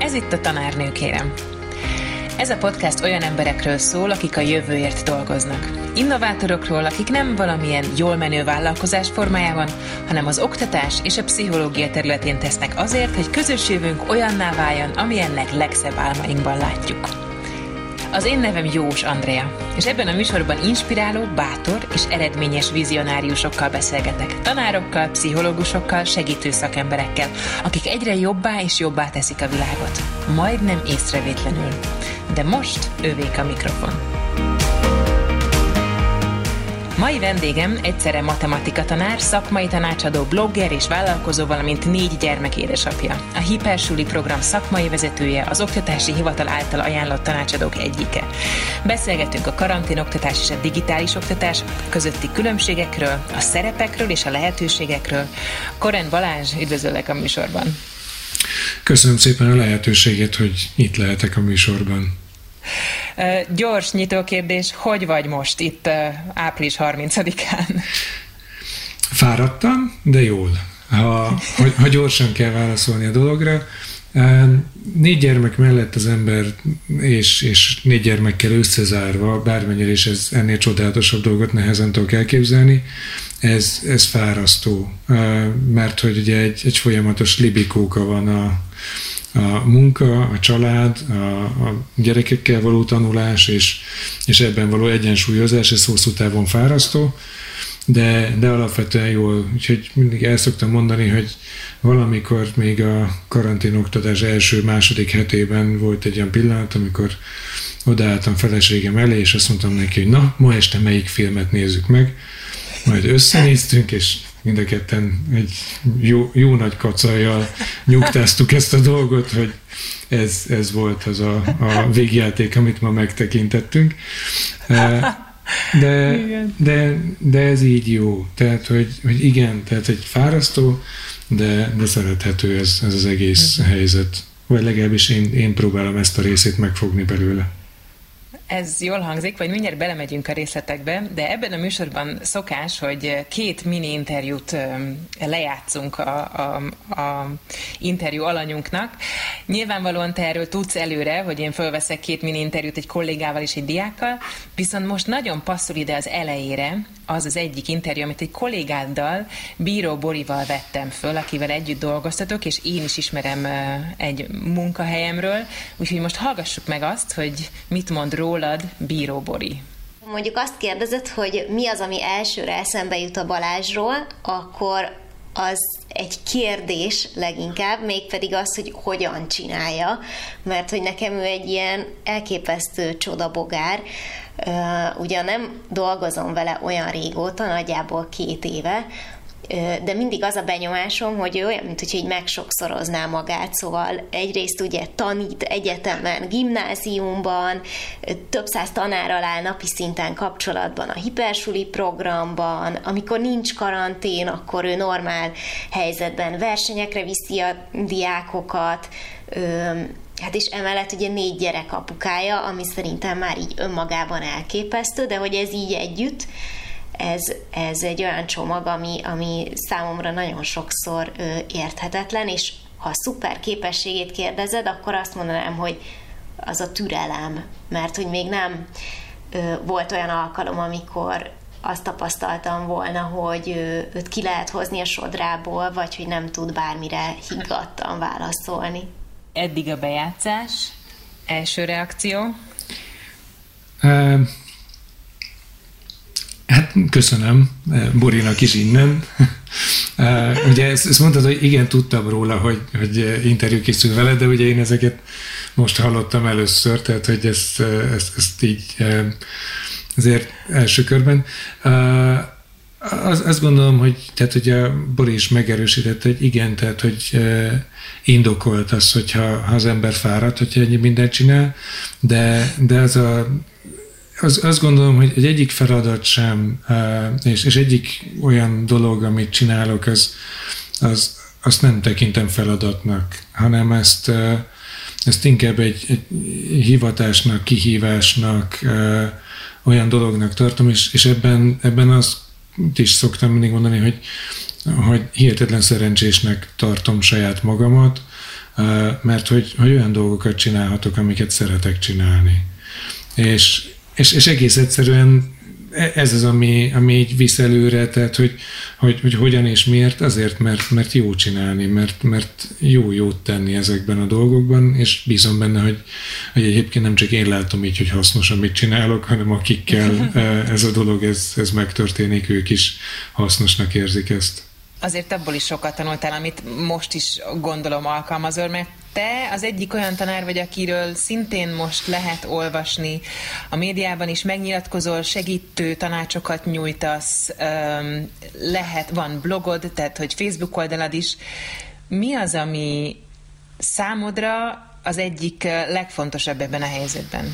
Ez itt a Tanárnőkérem. Ez a podcast olyan emberekről szól, akik a jövőért dolgoznak. Innovátorokról, akik nem valamilyen jól menő vállalkozás formájában, hanem az oktatás és a pszichológia területén tesznek azért, hogy közös jövőnk olyanná váljon, amilyennek legszebb álmainkban látjuk. Az én nevem Jós Andrea, és ebben a műsorban inspiráló, bátor és eredményes vizionáriusokkal beszélgetek, tanárokkal, pszichológusokkal, segítő szakemberekkel, akik egyre jobbá és jobbá teszik a világot. Majdnem észrevétlenül. De most övék a mikrofon. Mai vendégem egyszerre matematikatanár, szakmai tanácsadó, blogger és vállalkozó, valamint 4 gyermek édesapja. A Hipersuli program szakmai vezetője, az Oktatási Hivatal által ajánlott tanácsadók egyike. Beszélgetünk a karanténoktatás és a digitális oktatás közötti különbségekről, a szerepekről és a lehetőségekről. Koren Balázs, üdvözöllek a műsorban. Köszönöm szépen a lehetőséget, hogy itt lehetek a műsorban. Gyors nyitókérdés, hogy vagy most itt április 30-án? Fáradtam, de jól. Ha gyorsan kell válaszolni a dologra. 4 gyermek mellett az ember, és 4 gyermekkel összezárva, bármennyire is ez ennél csodálatosabb dolgot nehezen tudok elképzelni, ez fárasztó, mert hogy ugye egy folyamatos libikóka van a munka, a család, a gyerekekkel való tanulás, és ebben való egyensúlyozás, ez hosszú távon fárasztó, de alapvetően jól. Úgyhogy mindig el szoktam mondani, hogy valamikor még a karanténoktatás első-második hetében volt egy olyan pillanat, amikor odaálltam feleségem elé, és azt mondtam neki, hogy na, ma este melyik filmet nézzük meg. Majd összenéztünk, és mind a ketten egy jó nagy kacajjal nyugtáztuk ezt a dolgot, hogy ez volt az a végjáték, amit ma megtekintettünk. De ez így jó. Tehát, hogy igen, tehát egy fárasztó, de szerethető ez az egész helyzet. Vagy legalábbis én próbálom ezt a részét megfogni belőle. Ez jól hangzik, vagy mindjárt belemegyünk a részletekbe, de ebben a műsorban szokás, hogy 2 mini interjút lejátszunk a interjú alanyunknak. Nyilvánvalóan te erről tudsz előre, hogy én fölveszek 2 mini interjút egy kollégával és egy diákkal, viszont most nagyon passzol ide az elejére az egyik interjú, amit egy kollégáddal, Bíró Borival vettem föl, akivel együtt dolgoztatok, és én is ismerem egy munkahelyemről, úgyhogy most hallgassuk meg azt, hogy mit mond rólad Bíró Bori. Mondjuk azt kérdezed, hogy mi az, ami elsőre eszembe jut a Balázsról, akkor az egy kérdés leginkább, mégpedig az, hogy hogyan csinálja, mert hogy nekem ő egy ilyen elképesztő csodabogár. Ugyan nem dolgozom vele olyan régóta, nagyjából 2 éve, de mindig az a benyomásom, hogy ő olyan, mint hogy így megsokszorozná magát, szóval egyrészt ugye tanít egyetemen, gimnáziumban, több száz tanárral áll napi szinten kapcsolatban a Hipersuli programban, amikor nincs karantén, akkor ő normál helyzetben versenyekre viszi a diákokat, hát és emellett ugye 4 gyerek apukája, ami szerintem már így önmagában elképesztő, de hogy ez így együtt, ez egy olyan csomag, ami számomra nagyon sokszor érthetetlen, és ha a szuper képességét kérdezed, akkor azt mondanám, hogy az a türelem, mert hogy még nem volt olyan alkalom, amikor azt tapasztaltam volna, hogy őt ki lehet hozni a sodrából, vagy hogy nem tud bármire higgadtan válaszolni. Eddig a bejátszás, első reakció? Hát köszönöm Borinak is innen. Ugye ezt mondtad, hogy igen, tudtam róla, hogy interjú készül vele, de ugye én ezeket most hallottam először, tehát hogy ezt így azért első körben. Azt gondolom, hogy a Bori is megerősítette, hogy igen, tehát hogy indokolt az, hogyha az ember fáradt, hogyha ennyi mindent csinál, de azt gondolom, hogy egyik feladat sem, és egyik olyan dolog, amit csinálok, azt nem tekintem feladatnak, hanem ezt inkább egy hivatásnak, kihívásnak, olyan dolognak tartom, és ebben azt is szoktam mindig mondani, hogy hihetetlen szerencsésnek tartom saját magamat, mert hogy olyan dolgokat csinálhatok, amiket szeretek csinálni. És egész egyszerűen ez az, ami így visz előre, tehát hogy hogyan és miért, azért, mert jó csinálni, mert jót tenni ezekben a dolgokban, és bízom benne, hogy egyébként nem csak én látom így, hogy hasznos, amit csinálok, hanem akikkel ez a dolog, ez megtörténik, ők is hasznosnak érzik ezt. Azért abból is sokat tanultál, amit most is gondolom alkalmazol, mert te az egyik olyan tanár vagy, akiről szintén most lehet olvasni a médiában is, megnyilatkozol, segítő tanácsokat nyújtasz, van blogod, tehát hogy Facebook oldalad is. Mi az, ami számodra az egyik legfontosabb ebben a helyzetben?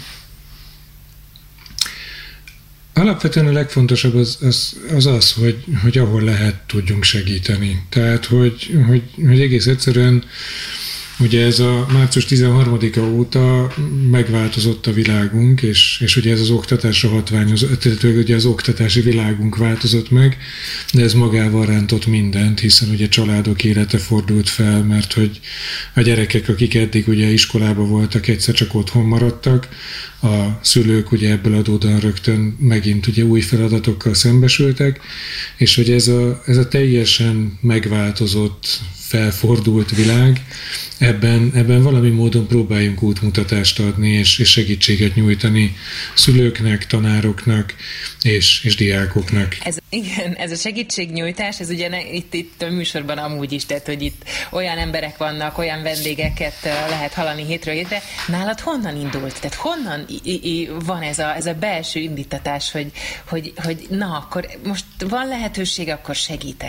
Alapvetően a legfontosabb az, hogy ahol lehet, tudjunk segíteni. Tehát, hogy egész egyszerűen ugye ez a március 13-a óta megváltozott a világunk, és ugye ez az oktatásra hatványozott, tehát ugye az oktatási világunk változott meg, de ez magával rántott mindent, hiszen ugye családok élete fordult fel, mert hogy a gyerekek, akik eddig ugye iskolában voltak, egyszer csak otthon maradtak, a szülők ugye ebből adódóan rögtön megint ugye új feladatokkal szembesültek, és hogy ez a teljesen megváltozott, felfordult világ, ebben valami módon próbáljunk útmutatást adni, és segítséget nyújtani szülőknek, tanároknak és diákoknak. Ez a segítségnyújtás, ez ugye itt a műsorban amúgy is, tehát hogy itt olyan emberek vannak, olyan vendégeket lehet hallani hétről hétre. Nálad honnan indult? Tehát honnan van ez a belső indítatás, hogy na, akkor most van lehetőség, akkor segítek?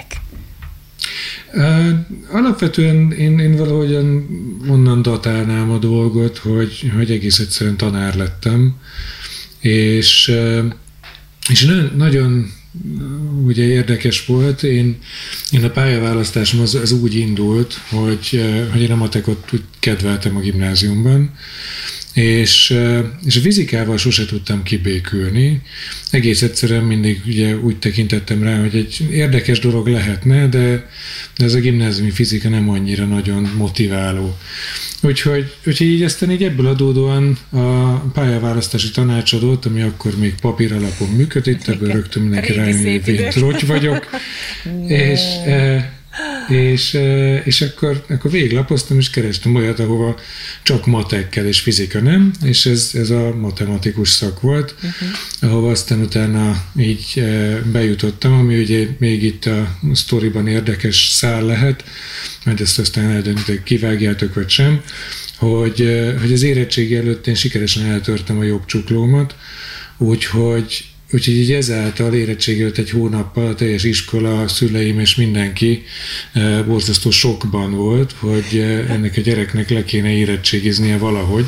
Alapvetően én valahogyan onnan datálnám a dolgot, hogy egész egyszerűen tanár lettem, és nagyon ugye érdekes volt, én a pályaválasztásom az úgy indult, hogy én a matekot úgy kedveltem a gimnáziumban, és a fizikával sose tudtam kibékülni. Egész egyszerűen mindig ugye úgy tekintettem rá, hogy egy érdekes dolog lehetne, de ez a gimnáziumi fizika nem annyira nagyon motiváló. Úgyhogy így aztán így ebből adódóan a pályaválasztási tanácsadót, ami akkor még papír alapon működött, ebből rögtön mindenki rájön, hogy én trotty vagyok. És akkor végiglapoztam, és kerestem olyat, ahova csak matekkel és fizika nem, és ez a matematikus szak volt, ahova aztán utána így bejutottam, ami ugye még itt a sztoriban érdekes szál lehet, majd ezt aztán eldöntöttek, kivágjátok vagy sem, hogy az érettségi előtt én sikeresen eltörtem a jobb csuklómat, úgyhogy így ezáltal érettségi előtt egy hónappal a teljes iskola, a szüleim és mindenki borzasztó sokban volt, hogy ennek a gyereknek le kéne érettségiznie valahogy,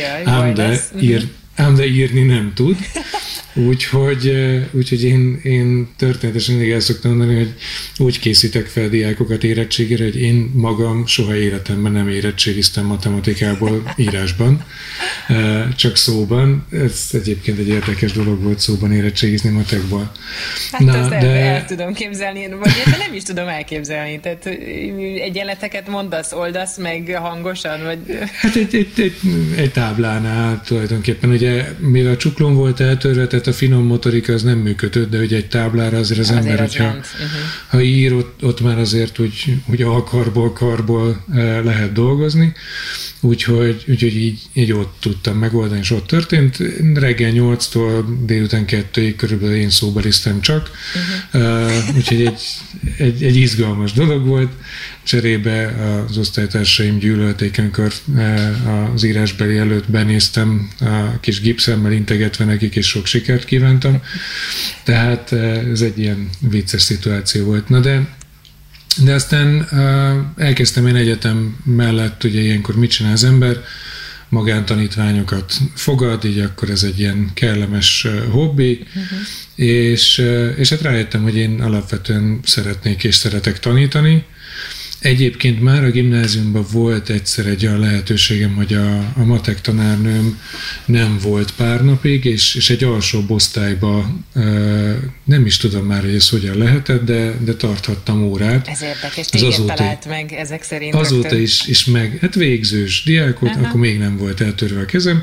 ám de írni nem tud. Úgyhogy én történetesen mindig el szoktam mondani, hogy úgy készítek fel diákokat érettségére, hogy én magam soha életemben nem érettségiztem matematikából írásban, csak szóban. Ez egyébként egy érdekes dolog volt szóban érettségizni matekból. Hát azt el tudom képzelni, vagy nem is tudom elképzelni. Tehát egyenleteket mondasz, oldasz meg hangosan? Vagy... Hát egy táblánál tulajdonképpen, ugye mivel a csuklón volt eltörve, tehát a finom motorika az nem működött, de ugye egy táblára azért az ember, hogyha ha ír, ott már azért úgy alkarból lehet dolgozni, úgyhogy így ott tudtam megoldani, és ott történt. Reggel 8-tól délután 2-ig körülbelül én szóbeliztem csak, úgyhogy egy izgalmas dolog volt. Cserébe az osztálytársaim gyűlölték, amikor az írásbeli előtt benéztem a kis gipszemmel integetve nekik, és sok sikert kívántam. Tehát ez egy ilyen vicces szituáció volt. Na de aztán elkezdtem én egyetem mellett, ugye ilyenkor mit csinál az ember, magántanítványokat fogad, így akkor ez egy ilyen kellemes hobbi, és hát rájöttem, hogy én alapvetően szeretnék és szeretek tanítani. Egyébként már a gimnáziumban volt egyszer egy olyan lehetőségem, hogy a matek tanárnőm nem volt pár napig, és egy alsóbb osztályba nem is tudom már, hogy ez hogyan lehetett, de tarthattam órát. Ez érdekes, téged talált meg ezek szerint. Azóta is meg, hát végzős diákot, akkor még nem volt eltörve a kezem,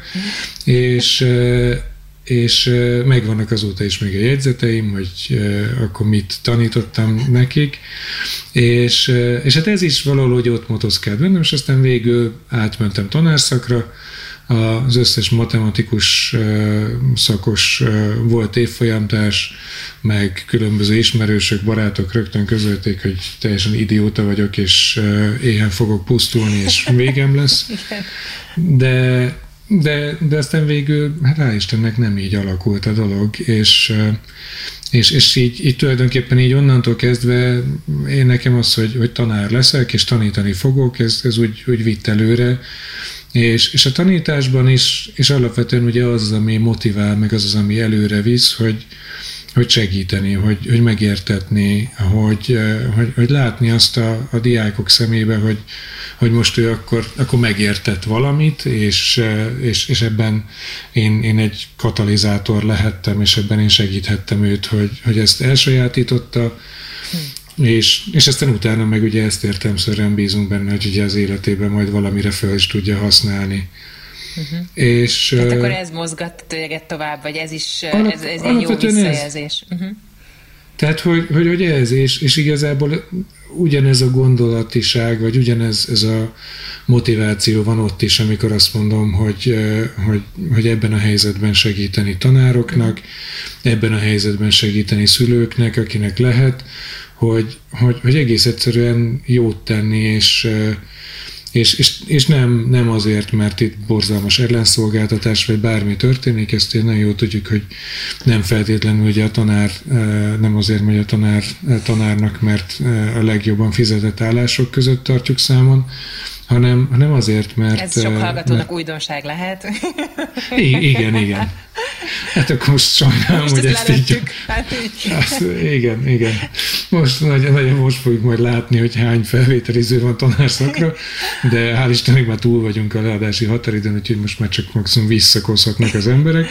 és megvannak azóta is még a jegyzeteim, hogy akkor mit tanítottam nekik, és hát ez is valahogy ott motoszkált bennem, és aztán végül átmentem tanárszakra, az összes matematikus szakos volt évfolyamtárs, meg különböző ismerősök, barátok rögtön közölték, hogy teljesen idióta vagyok, és éhen fogok pusztulni, és végem lesz. De aztán végül, hát hál' Istennek nem így alakult a dolog, és így tulajdonképpen így onnantól kezdve én nekem az, hogy tanár leszek, és tanítani fogok, ez úgy vitt előre, és a tanításban is alapvetően ugye az, ami motivál, meg az, ami előre visz, hogy segíteni, hogy megértetni, hogy látni azt a diákok szemébe, hogy most ő akkor megértett valamit, és ebben én egy katalizátor lehettem, és ebben én segíthettem őt, hogy ezt elsajátította, és aztán utána meg ugye ezt értelemszerűen bízunk benne, hogy ugye az életében majd valamire fel is tudja használni. És, tehát akkor ez mozgat téged tovább, vagy ez is ez egy jó visszajelzés. Tehát, hogy ez, és igazából ugyanez a gondolatiság, vagy ugyanez ez a motiváció van ott is, amikor azt mondom, hogy ebben a helyzetben segíteni tanároknak, ebben a helyzetben segíteni szülőknek, akinek lehet, hogy egész egyszerűen jót tenni, és nem azért, mert itt borzalmas ellenszolgáltatás, vagy bármi történik, ezt nagyon jól tudjuk, hogy nem feltétlenül ugye a tanár, nem azért megy a tanárnak, mert a legjobban fizetett állások között tartjuk számon, hanem azért, mert... Ez sok hallgatónak újdonság lehet. Igen. Hát akkor most sajnálom, hogy ezt így... Igen. Most fogjuk majd látni, hogy hány felvételiző van tanárszakra, de hál' Istennek már túl vagyunk a leadási határidőn, úgyhogy most már csak maximum visszakozhatnak az emberek.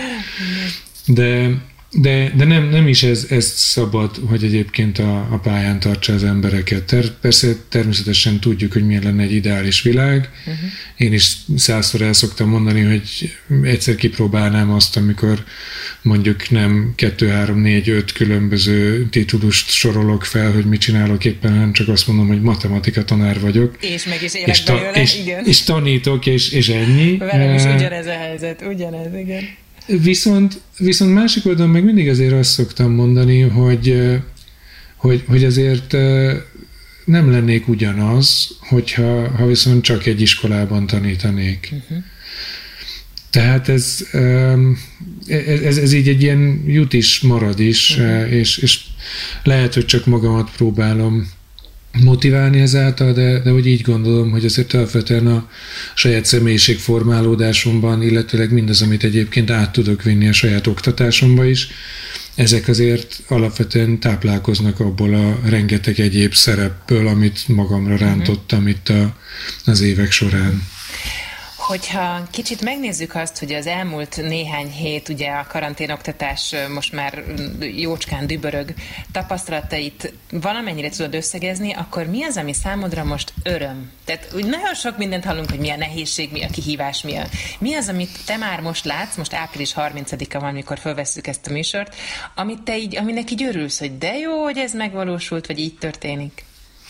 De nem is ez szabad, hogy egyébként a pályán tartsa az embereket. Persze természetesen tudjuk, hogy milyen lenne egy ideális világ. Én is 100-szor el szoktam mondani, hogy egyszer kipróbálnám azt, amikor mondjuk nem 2, 3, 4, 5 különböző titulust sorolok fel, hogy mit csinálok éppen, hanem csak azt mondom, hogy matematika tanár vagyok. És meg is élek belőle, igen. És tanítok, és ennyi. Velem is ugyanez a helyzet, ugyanez, igen. Viszont másik oldalon meg mindig azért azt szoktam mondani, hogy azért nem lennék ugyanaz, ha viszont csak egy iskolában tanítanék. Tehát ez így egy ilyen jut is, marad is, és lehet, hogy csak magamat próbálom motiválni ezáltal, de hogy így gondolom, hogy azért alapvetően a saját személyiségformálódásomban, illetőleg mindaz, amit egyébként át tudok vinni a saját oktatásomba is, ezek azért alapvetően táplálkoznak abból a rengeteg egyéb szerepből, amit magamra rántottam itt az évek során. Hogyha kicsit megnézzük azt, hogy az elmúlt néhány hét, ugye a karanténoktatás most már jócskán dübörög, tapasztalatait valamennyire tudod összegezni, akkor mi az, ami számodra most öröm? Tehát úgy nagyon sok mindent hallunk, hogy mi a nehézség, mi a kihívás, mi az, amit te már most látsz, most április 30-a van, amikor felvesszük ezt a műsort, aminek így örülsz, hogy de jó, hogy ez megvalósult, vagy így történik?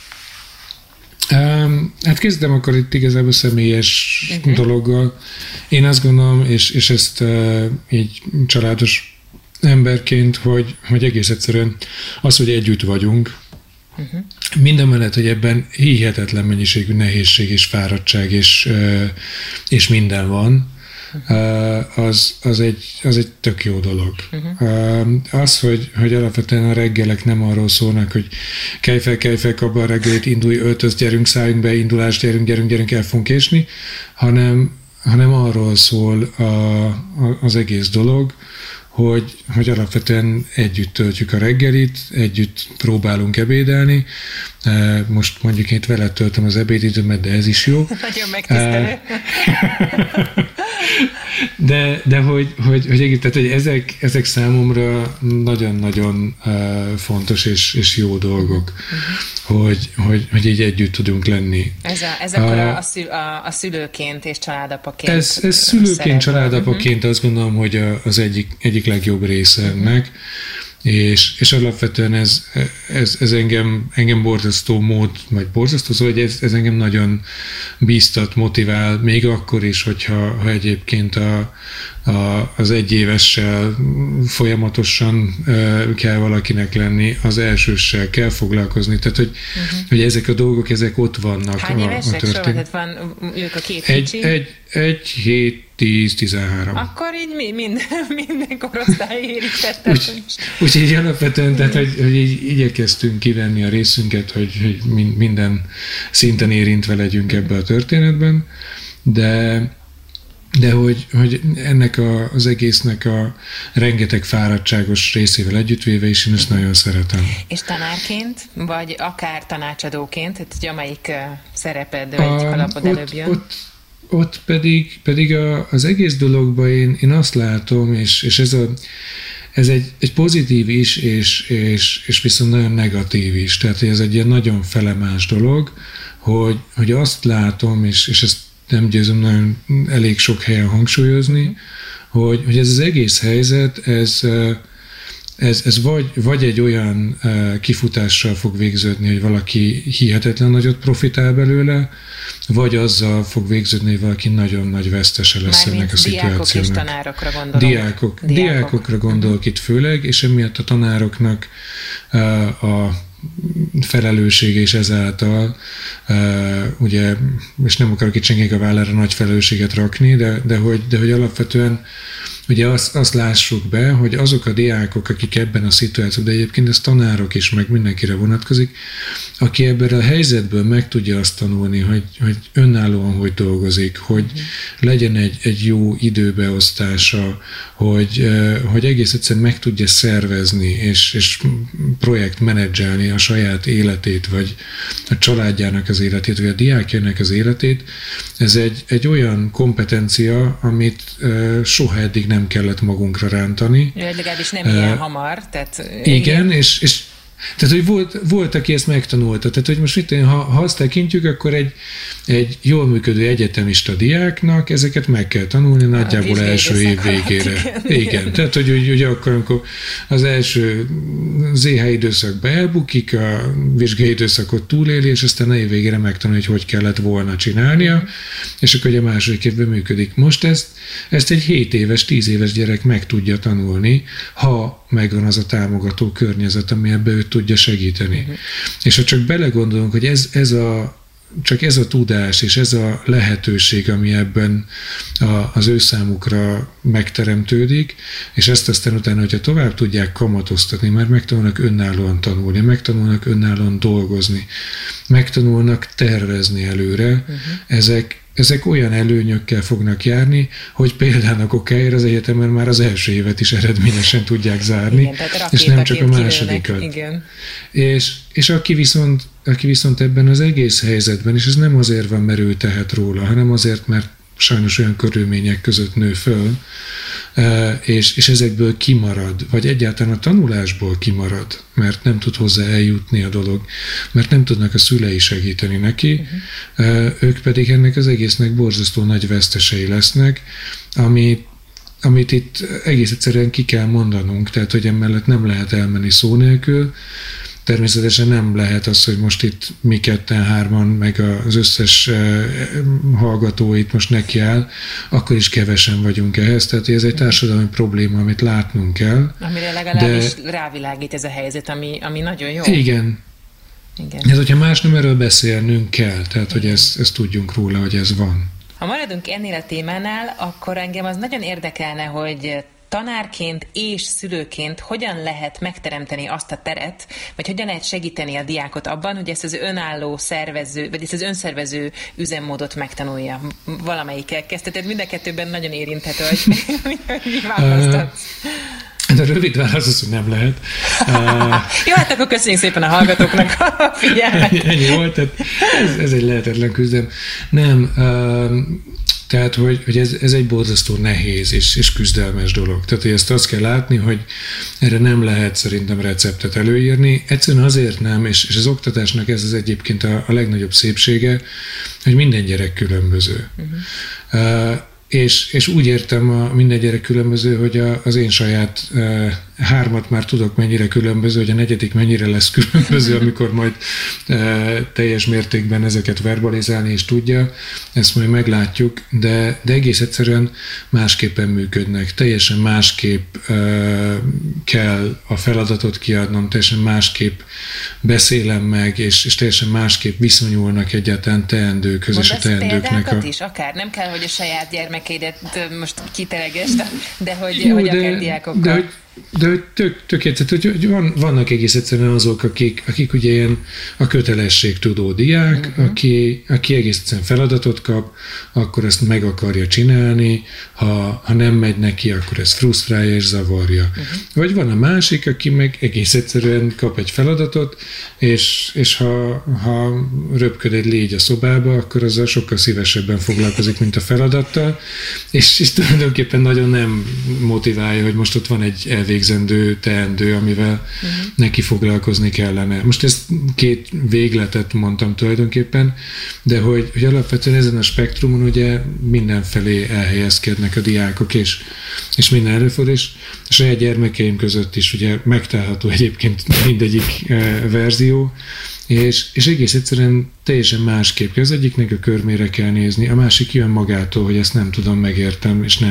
Hát kezdem akkor itt igazából személyes dologgal. Én azt gondolom, és ezt így családos emberként, hogy egész egyszerűen az, hogy együtt vagyunk, mindamellett, hogy ebben hihetetlen mennyiségű nehézség és fáradtság és minden van, az egy tök jó dolog. Az, hogy alapvetően a reggelek nem arról szólnak, hogy kelj fel, kabban a reggelit, indulj, öltöz, gyerünk, szálljunk be, indulás, gyerünk, el fogunk késni, hanem arról szól az egész dolog, hogy alapvetően együtt töltjük a reggelit, együtt próbálunk ebédelni, Most mondjuk itt veled töltöm az ebédidőmet, de ez is jó. Nagyon megtisztelő. De hogy ezek számomra nagyon-nagyon fontos és jó dolgok, hogy így együtt tudunk lenni. Ez akkor a szülőként és családapaként. Ez szülőként, családapaként azt gondolom, hogy az egyik legjobb része ennek. És alapvetően ez engem borzasztó, szóval ez engem nagyon bíztat, motivál, még akkor is, hogyha egyébként az egyévessel folyamatosan kell valakinek lenni, az elsőssel kell foglalkozni, tehát hogy ezek a dolgok, ezek ott vannak. Hány évesek? Tehát van ők a két kicsi? 1, 7, 10, 13. Akkor így minden korosztály érintette. Úgyhogy alapvetően, tehát, hogy így igyekeztünk kivenni a részünket, hogy minden szinten érintve legyünk ebbe a történetben, de hogy ennek az egésznek a rengeteg fáradtságos részével együttvéve is én ezt nagyon szeretem. És tanárként, vagy akár tanácsadóként, tehát amelyik szereped, vagy kalapod előbb jön? Ott pedig az egész dologban én azt látom, és ez egy pozitív is, és viszont nagyon negatív is. Tehát ez egy ilyen nagyon felemás dolog, hogy azt látom, és ezt nem győzöm nagyon elég sok helyen hangsúlyozni, hogy ez az egész helyzet, ez vagy egy olyan kifutással fog végződni, hogy valaki hihetetlen nagyot profitál belőle, vagy azzal fog végződni, hogy valaki nagyon nagy vesztese lesz ennek a szituációnak. Diákok és tanárokra gondolok. Diákokra gondolok itt főleg, és emiatt a tanároknak a felelőssége és ezáltal, ugye, és nem akarok itt senkinek a vállára nagy felelősséget rakni, de hogy alapvetően ugye azt lássuk be, hogy azok a diákok, akik ebben a szituációban, de egyébként ez tanárok is, meg mindenkire vonatkozik, aki ebben a helyzetből meg tudja azt tanulni, hogy önállóan hogy dolgozik, hogy legyen egy jó időbeosztása, hogy egész egyszerűen meg tudja szervezni, és projektmenedzselni a saját életét, vagy a családjának az életét, vagy a diákjának az életét. Ez egy olyan kompetencia, amit soha eddig nem kellett magunkra rántani. Legalábbis nem ilyen hamar. Tehát, igen, és tehát, hogy volt, aki ezt megtanulta. Tehát, hogy most ha azt tekintjük, akkor egy jól működő egyetemista diáknak ezeket meg kell tanulni nagyjából első év végére. Igen, tehát, hogy ugye akkor, amikor az első ZH időszakba elbukik, a vizsgai időszakot túléli, és aztán a év végére megtanulja, hogy kellett volna csinálnia, és akkor ugye a második évben működik. Most ezt egy 7 éves, 10 éves gyerek meg tudja tanulni, ha megvan az a támogató környezet, ami ebbe őt tudja segíteni. És ha csak belegondolunk, hogy csak ez a tudás és ez a lehetőség, ami ebben az ő számukra megteremtődik, és ezt aztán utána, hogyha tovább tudják kamatoztatni, már megtanulnak önállóan tanulni, megtanulnak önállóan dolgozni, megtanulnak tervezni előre, ezek olyan előnyökkel fognak járni, hogy például a kokáért az egyetemen már az első évet is eredményesen tudják zárni, igen, és nem csak a másodikat. Igen. És aki viszont ebben az egész helyzetben, és ez nem azért van, mert ő tehet róla, hanem azért, mert sajnos olyan körülmények között nő föl, és ezekből kimarad, vagy egyáltalán a tanulásból kimarad, mert nem tud hozzá eljutni a dolog, mert nem tudnak a szülei segíteni neki, ők pedig ennek az egésznek borzasztó nagy vesztesei lesznek, amit itt egész egyszerűen ki kell mondanunk, tehát hogy emellett nem lehet elmenni szó nélkül. Természetesen nem lehet az, hogy most itt mi ketten, hárman, meg az összes hallgató itt most nekiáll, akkor is kevesen vagyunk ehhez. Tehát ez egy társadalmi probléma, amit látnunk kell. Amire legalábbis rávilágít ez a helyzet, ami nagyon jó. Igen. Ez, hogyha más nem, erről beszélnünk kell, tehát hogy ezt tudjunk róla, hogy ez van. Ha maradunk ennél a témánál, akkor engem az nagyon érdekelne, hogy tanárként és szülőként hogyan lehet megteremteni azt a teret, vagy hogyan lehet segíteni a diákot abban, hogy ezt az önálló szervező, vagy ezt az önszervező üzemmódot megtanulja. Valamelyikkel kezdted, mind a kettőben nagyon érinthető, hogy mi választatsz. a rövid válasz az, hogy nem lehet. Jó, hát akkor köszönjük szépen a hallgatóknak a figyelmet. Ennyi volt, tehát ez egy lehetetlen küzdelem. Nem, tehát, hogy ez egy borzasztó nehéz és küzdelmes dolog. Tehát, hogy ezt azt kell látni, hogy erre nem lehet szerintem receptet előírni. Egyszerűen azért nem, és az oktatásnak ez az egyébként a legnagyobb szépsége, hogy minden gyerek különböző. És úgy értem, minden gyerek különböző, hogy az én saját 3 már tudok mennyire különböző, hogy a 4. mennyire lesz különböző, amikor majd teljes mértékben ezeket verbalizálni is tudja, ezt majd meglátjuk, de egész egyszerűen másképpen működnek, teljesen másképp kell a feladatot kiadnom, teljesen másképp beszélem meg, és teljesen másképp viszonyulnak egyáltalán teendőkhöz és a teendőknek. Is, akár nem kell, hogy a saját gyermekeidet most kiteregesd, de hogy akár diákokkal. De hogy tök egyszerűen, hogy vannak egész egyszerűen azok, akik ugye ilyen a kötelességtudó diák, aki egész egyszerűen feladatot kap, akkor ezt meg akarja csinálni, ha nem megy neki, akkor ez frusztrálja és zavarja. Vagy van a másik, aki meg egész egyszerűen kap egy feladatot, és ha röpköd egy légy a szobába, akkor azzal sokkal szívesebben foglalkozik, mint a feladattal, és tulajdonképpen nagyon nem motiválja, hogy most ott van egy elvégzendő teendő, amivel neki foglalkozni kellene. Most ezt 2 végletet mondtam tulajdonképpen, de hogy alapvetően ezen a spektrumon ugye mindenfelé elhelyezkednek a diákok, és minden előfordul, és a saját gyermekeim között is ugye megtalálható egyébként mindegyik verzió, és egész egyszerűen teljesen másképp. Az egyiknek a körmére kell nézni, a másik jön magától, hogy ezt nem tudom, megértem, és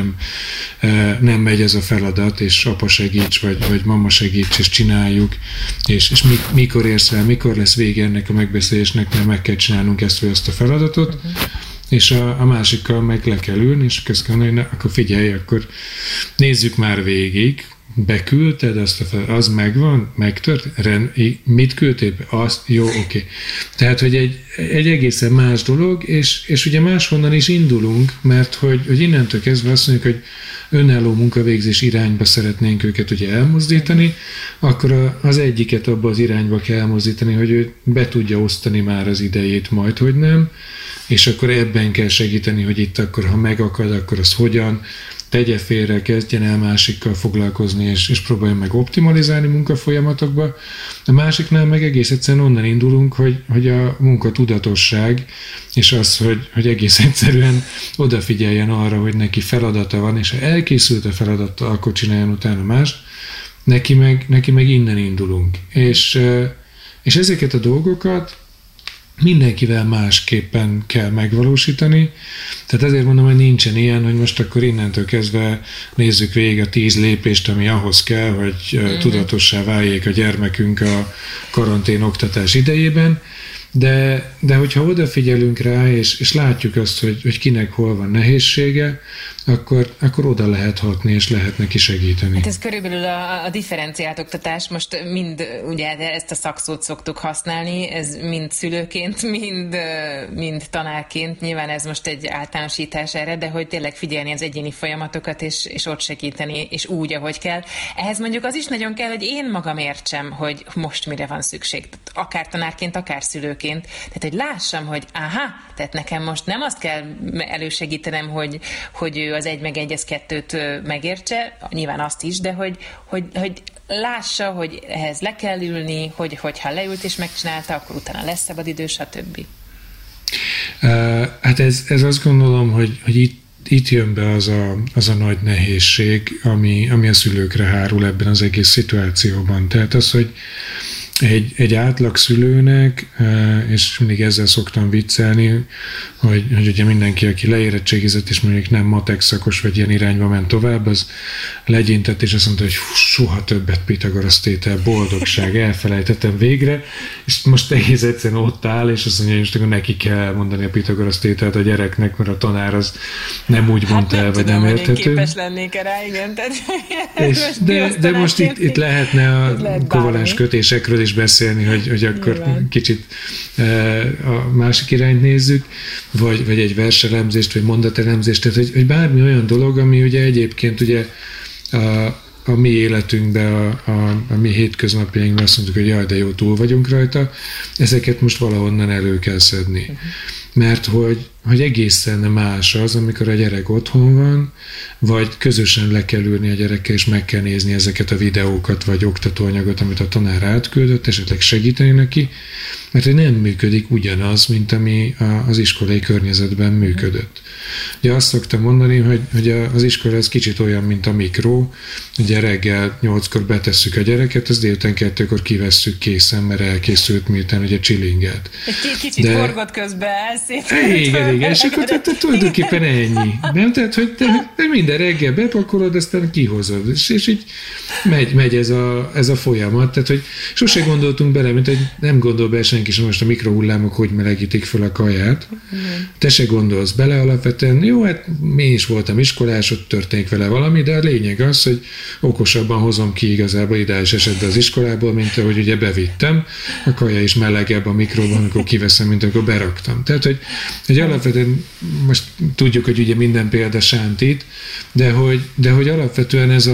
nem megy ez a feladat, és apa segíts, vagy mama segíts, és csináljuk, és mikor érsz rá, mikor lesz vége ennek a megbeszélésnek, mert meg kell csinálnunk ezt vagy azt a feladatot, és a másikkal meg le kell ülni, és azt kell mondani, akkor figyelj, akkor nézzük már végig, beküldted azt az megvan, megtört, mit küldtél? Azt, jó, oké. Tehát, hogy egy egészen más dolog, és ugye máshonnan is indulunk, mert hogy innentől kezdve azt mondjuk, hogy önálló munkavégzés irányba szeretnénk őket ugye elmozdítani, akkor az egyiket abba az irányba kell elmozdítani, hogy ő be tudja osztani már az idejét, majd hogy nem, és akkor ebben kell segíteni, hogy itt akkor, ha megakad, akkor az hogyan, tegye félre, kezdjen el másikkal foglalkozni, és próbáljon meg optimalizálni munkafolyamatokba. A másiknál meg egész egyszerűen onnan indulunk, hogy a munkatudatosság, és az, hogy egész egyszerűen odafigyeljen arra, hogy neki feladata van, és ha elkészült a feladata, akkor csináljon utána mást, neki meg innen indulunk. És ezeket a dolgokat mindenkivel másképpen kell megvalósítani. Tehát ezért mondom, hogy nincsen ilyen, hogy most akkor innentől kezdve nézzük végig a 10 lépést, ami ahhoz kell, hogy tudatossá váljék a gyermekünk a karantén oktatás idejében, de hogyha odafigyelünk rá, és látjuk azt, hogy kinek hol van nehézsége, akkor oda lehet hatni, és lehet neki segíteni. Hát ez körülbelül a differenciált oktatás, most mind ugye ezt a szakszót szoktuk használni, ez mind szülőként, mind tanárként, nyilván ez most egy általánosítás erre, de hogy tényleg figyelni az egyéni folyamatokat, és ott segíteni, és úgy, ahogy kell. Ehhez mondjuk az is nagyon kell, hogy én magam értsem, hogy most mire van szükség. Akár tanárként, akár szülőként. Tehát, hogy lássam, hogy tehát nekem most nem azt kell elősegítenem, hogy ő az 1+1 az 2-t megértse, nyilván azt is, de hogy lássa, hogy ehhez le kell ülni, hogyha leült és megcsinálta, akkor utána lesz szabadidő, stb. Hát ez azt gondolom, hogy itt jön be az a nagy nehézség, ami a szülőkre hárul ebben az egész szituációban. Tehát az, hogy egy átlag szülőnek, és mindig ezzel szoktam viccelni, hogy ugye mindenki, aki leérettségizett, és mondjuk nem matek szakos, vagy ilyen irányba ment tovább, az legyintett, és azt mondta, hogy soha többet Pitagorasz tétel, boldogság, elfelejtettem végre, és most egész egyszerűen ott áll, és azt mondja, hogy most akkor neki kell mondani a Pitagorasz tételt a gyereknek, mert a tanár az nem úgy mondta el, vagy nem érthető. Hogy én képes lennék rá, igen. De most itt lehetne a kovalens kötésekről is beszélni, hogy akkor kicsit a másik irányt nézzük, vagy egy verselemzést, vagy mondatelemzést, tehát hogy bármi olyan dolog, ami ugye egyébként ugye a mi életünkben, a mi hétköznapjainkban azt mondjuk, hogy jaj, de jó, túl vagyunk rajta, ezeket most valahonnan elő kell szedni. Mert hogy egészen más az, amikor a gyerek otthon van, vagy közösen le kell ülni a gyerekkel, és meg kell nézni ezeket a videókat, vagy oktatóanyagot, amit a tanár átküldött, esetleg segíteni neki, mert hogy nem működik ugyanaz, mint ami az iskolai környezetben működött. Ugye azt szoktam mondani, hogy az iskola ez kicsit olyan, mint a mikro, ugye reggel 8-kor betesszük a gyereket, az délután 2-kor kivesszük készen, mert elkészült, miután ugye csilingelt. Egy kicsit forgott közben Igen, és akkor tulajdonképpen ennyi. Nem? Tehát, hogy te minden reggel bepakolod, aztán kihozod. És így megy ez a folyamat. Tehát, hogy sose gondoltunk bele, mint hogy nem gondol be senki sem most a mikrohullámok, hogy melegítik fel a kaját. Te se gondolsz bele alapvetően. Jó, hát mi is voltam iskolás, ott történik vele valami, de a lényeg az, hogy okosabban hozom ki igazából ideális esetben az iskolából, mint ahogy ugye bevittem. A kaja is melegebb a mikróban, amikor kiveszem, mint amikor beraktam. Tehát, hogy alapvetően most tudjuk, hogy ugye minden példa sántít, de hogy alapvetően ez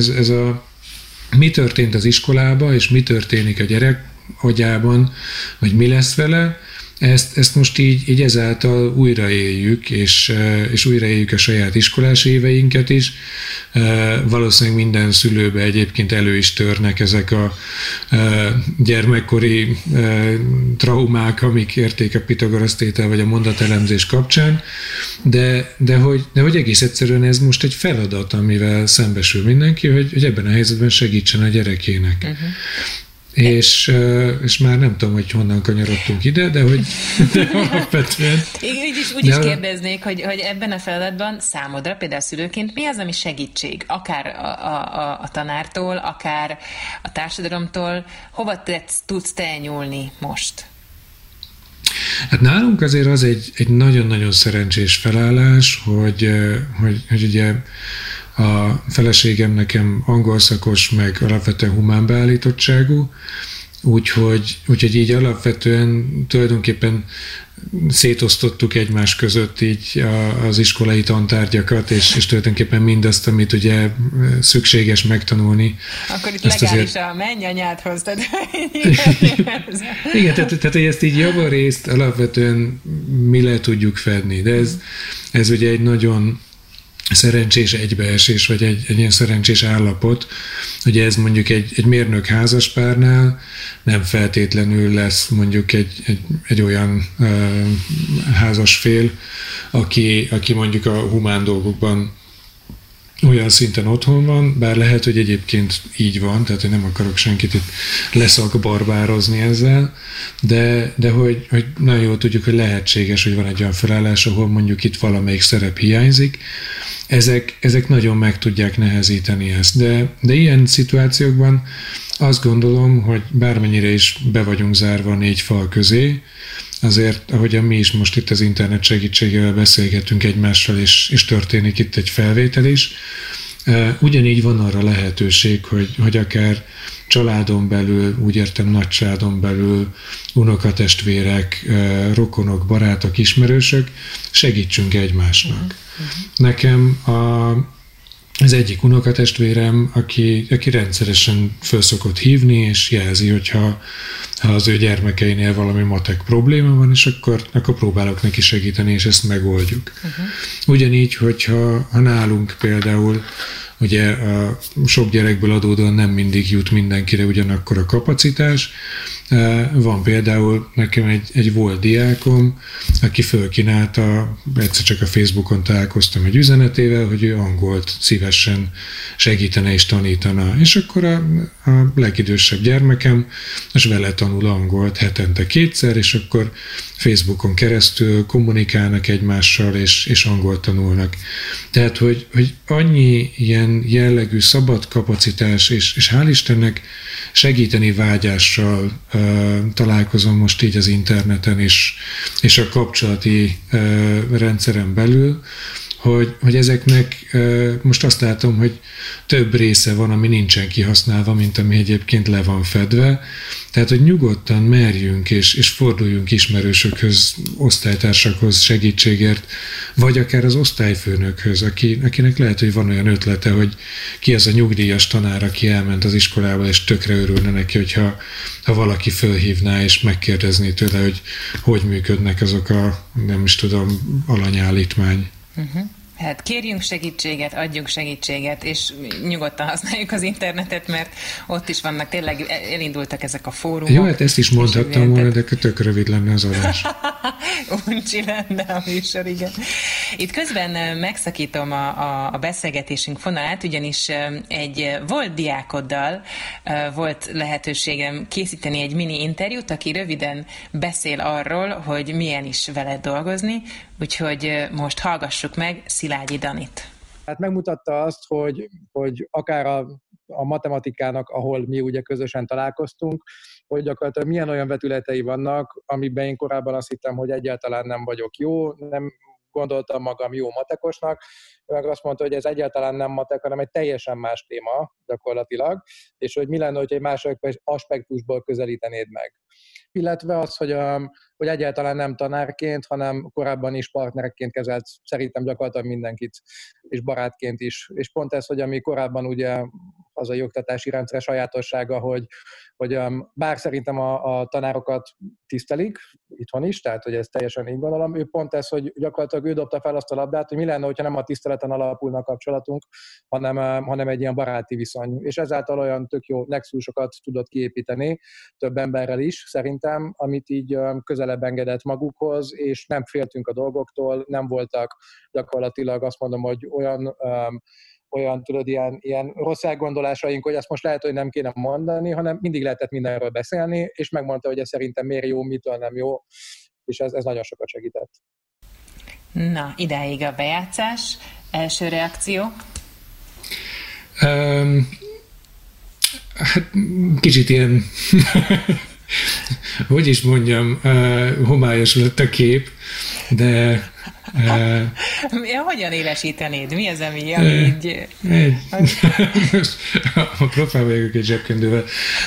mi történt az iskolában, és mi történik a gyerek agyában, vagy mi lesz vele, ezt most így ezáltal újraéljük, és újraéljük a saját iskolás éveinket is. Valószínűleg minden szülőbe egyébként elő is törnek ezek a gyermekkori traumák, amik érték a Pitagorasz tétel vagy a mondatelemzés kapcsán, de hogy egész egyszerűen ez most egy feladat, amivel szembesül mindenki, hogy ebben a helyzetben segítsen a gyerekének. És már nem tudom, hogy honnan kanyarodtunk ide, de alapvetően... Úgy is kérdeznék, hogy ebben a feladatban számodra, például szülőként, mi az, ami segítség? Akár a tanártól, akár a társadalomtól, hova tudsz te nyúlni most? Hát nálunk azért az egy nagyon-nagyon szerencsés felállás, hogy ugye a feleségem nekem angol szakos, meg alapvetően humán beállítottságú, úgyhogy így alapvetően tulajdonképpen szétosztottuk egymás között így az iskolai tantárgyakat, és tulajdonképpen mindazt, amit ugye szükséges megtanulni. Akkor itt legális a mennyanyát hoztad. Igen, tehát hogy ezt így javarészt alapvetően mi le tudjuk fedni, de ez ugye egy nagyon szerencsés egybeesés, vagy egy ilyen szerencsés állapot, hogy ez mondjuk egy mérnök házaspárnál nem feltétlenül lesz mondjuk egy olyan házasfél, aki mondjuk a humán dolgokban olyan szinten otthon van, bár lehet, hogy egyébként így van, tehát hogy nem akarok senkit itt leszakbarbározni ezzel, de hogy nagyon jól tudjuk, hogy lehetséges, hogy van egy olyan felállás, ahol mondjuk itt valamelyik szerep hiányzik. Ezek nagyon meg tudják nehezíteni ezt, de ilyen szituációkban azt gondolom, hogy bármennyire is be vagyunk zárva 4 fal közé, azért, ahogyan mi is most itt az internet segítségével beszélgetünk egymással, és történik itt egy felvétel is, ugyanígy van arra lehetőség, hogy akár családon belül, úgy értem nagy családon belül, unokatestvérek, rokonok, barátok, ismerősök, segítsünk egymásnak. Nekem az egyik unokatestvérem, aki rendszeresen föl szokott hívni, és jelzi, hogyha az ő gyermekeinél valami matek probléma van, és akkor próbálok neki segíteni, és ezt megoldjuk. Ugyanígy, hogyha nálunk például ugye a sok gyerekből adódóan nem mindig jut mindenkire ugyanakkor a kapacitás. Van például nekem egy volt diákom, aki fölkínálta, egyszer csak a Facebookon találkoztam egy üzenetével, hogy ő angolt szívesen segítene és tanítana. És akkor a legidősebb gyermekem most vele tanul angolt hetente 2-szer, és akkor Facebookon keresztül kommunikálnak egymással, és angolt tanulnak. Tehát, hogy annyi ilyen jellegű szabad kapacitás, és hál' Istennek segíteni vágyással találkozom most így az interneten és a kapcsolati rendszeren belül, hogy ezeknek most azt látom, hogy több része van, ami nincsen kihasználva, mint ami egyébként le van fedve. Tehát, hogy nyugodtan merjünk és forduljunk ismerősökhöz, osztálytársakhoz segítségért, vagy akár az osztályfőnökhöz, akinek lehet, hogy van olyan ötlete, hogy ki az a nyugdíjas tanár, aki elment az iskolába, és tökre örülne neki, hogyha valaki fölhívná és megkérdezné tőle, hogy működnek azok a, nem is tudom, alanyállítmány. Hát kérjünk segítséget, adjunk segítséget, és nyugodtan használjuk az internetet, mert ott is vannak, tényleg elindultak ezek a fórumok. Jó, hát ezt is mondhattam volna, de tök rövid lenne az adás. Uncsi lenne a műsor, igen. Itt közben megszakítom a beszélgetésünk fonalát, ugyanis egy volt diákoddal volt lehetőségem készíteni egy mini interjút, aki röviden beszél arról, hogy milyen is veled dolgozni, úgyhogy most hallgassuk meg Szilágyi Danit. Hát megmutatta azt, hogy akár a matematikának, ahol mi ugye közösen találkoztunk, hogy gyakorlatilag milyen olyan vetületei vannak, amiben én korábban azt hittem, hogy egyáltalán nem vagyok jó, nem gondoltam magam jó matekosnak, meg azt mondta, hogy ez egyáltalán nem matek, hanem egy teljesen más téma gyakorlatilag, és hogy mi lenne, hogy egy másik aspektusból közelítenéd meg. Illetve az, hogy egyáltalán nem tanárként, hanem korábban is partnerként kezelt szerintem gyakorlatilag mindenkit, és barátként is. És pont ez, hogy ami korábban ugye az a oktatási rendszer sajátossága, hogy bár szerintem a tanárokat tisztelik, itthon is, tehát hogy ez teljesen így gondolom, ő pont ez, hogy gyakorlatilag ő dobta fel azt a labdát, hogy mi lenne, hogyha nem a tiszteleten alapulna a kapcsolatunk, hanem egy ilyen baráti viszony. És ezáltal olyan tök jó nexusokat tudott kiépíteni, több emberrel is szerintem, amit így közelebb engedett magukhoz, és nem féltünk a dolgoktól, nem voltak gyakorlatilag azt mondom, hogy olyan tudod, ilyen rossz elgondolásaink, hogy azt most lehet, hogy nem kéne mondani, hanem mindig lehetett mindenről beszélni, és megmondta, hogy ez szerintem miért jó, mitől nem jó, és ez nagyon sokat segített. Na, idáig a bejátszás. Első reakció? Hát kicsit ilyen, hogy is mondjam, homályos lett a kép, de... Hogyan élesítenéd? Mi az, ami így... A profil vagyok egy zsebkendővel.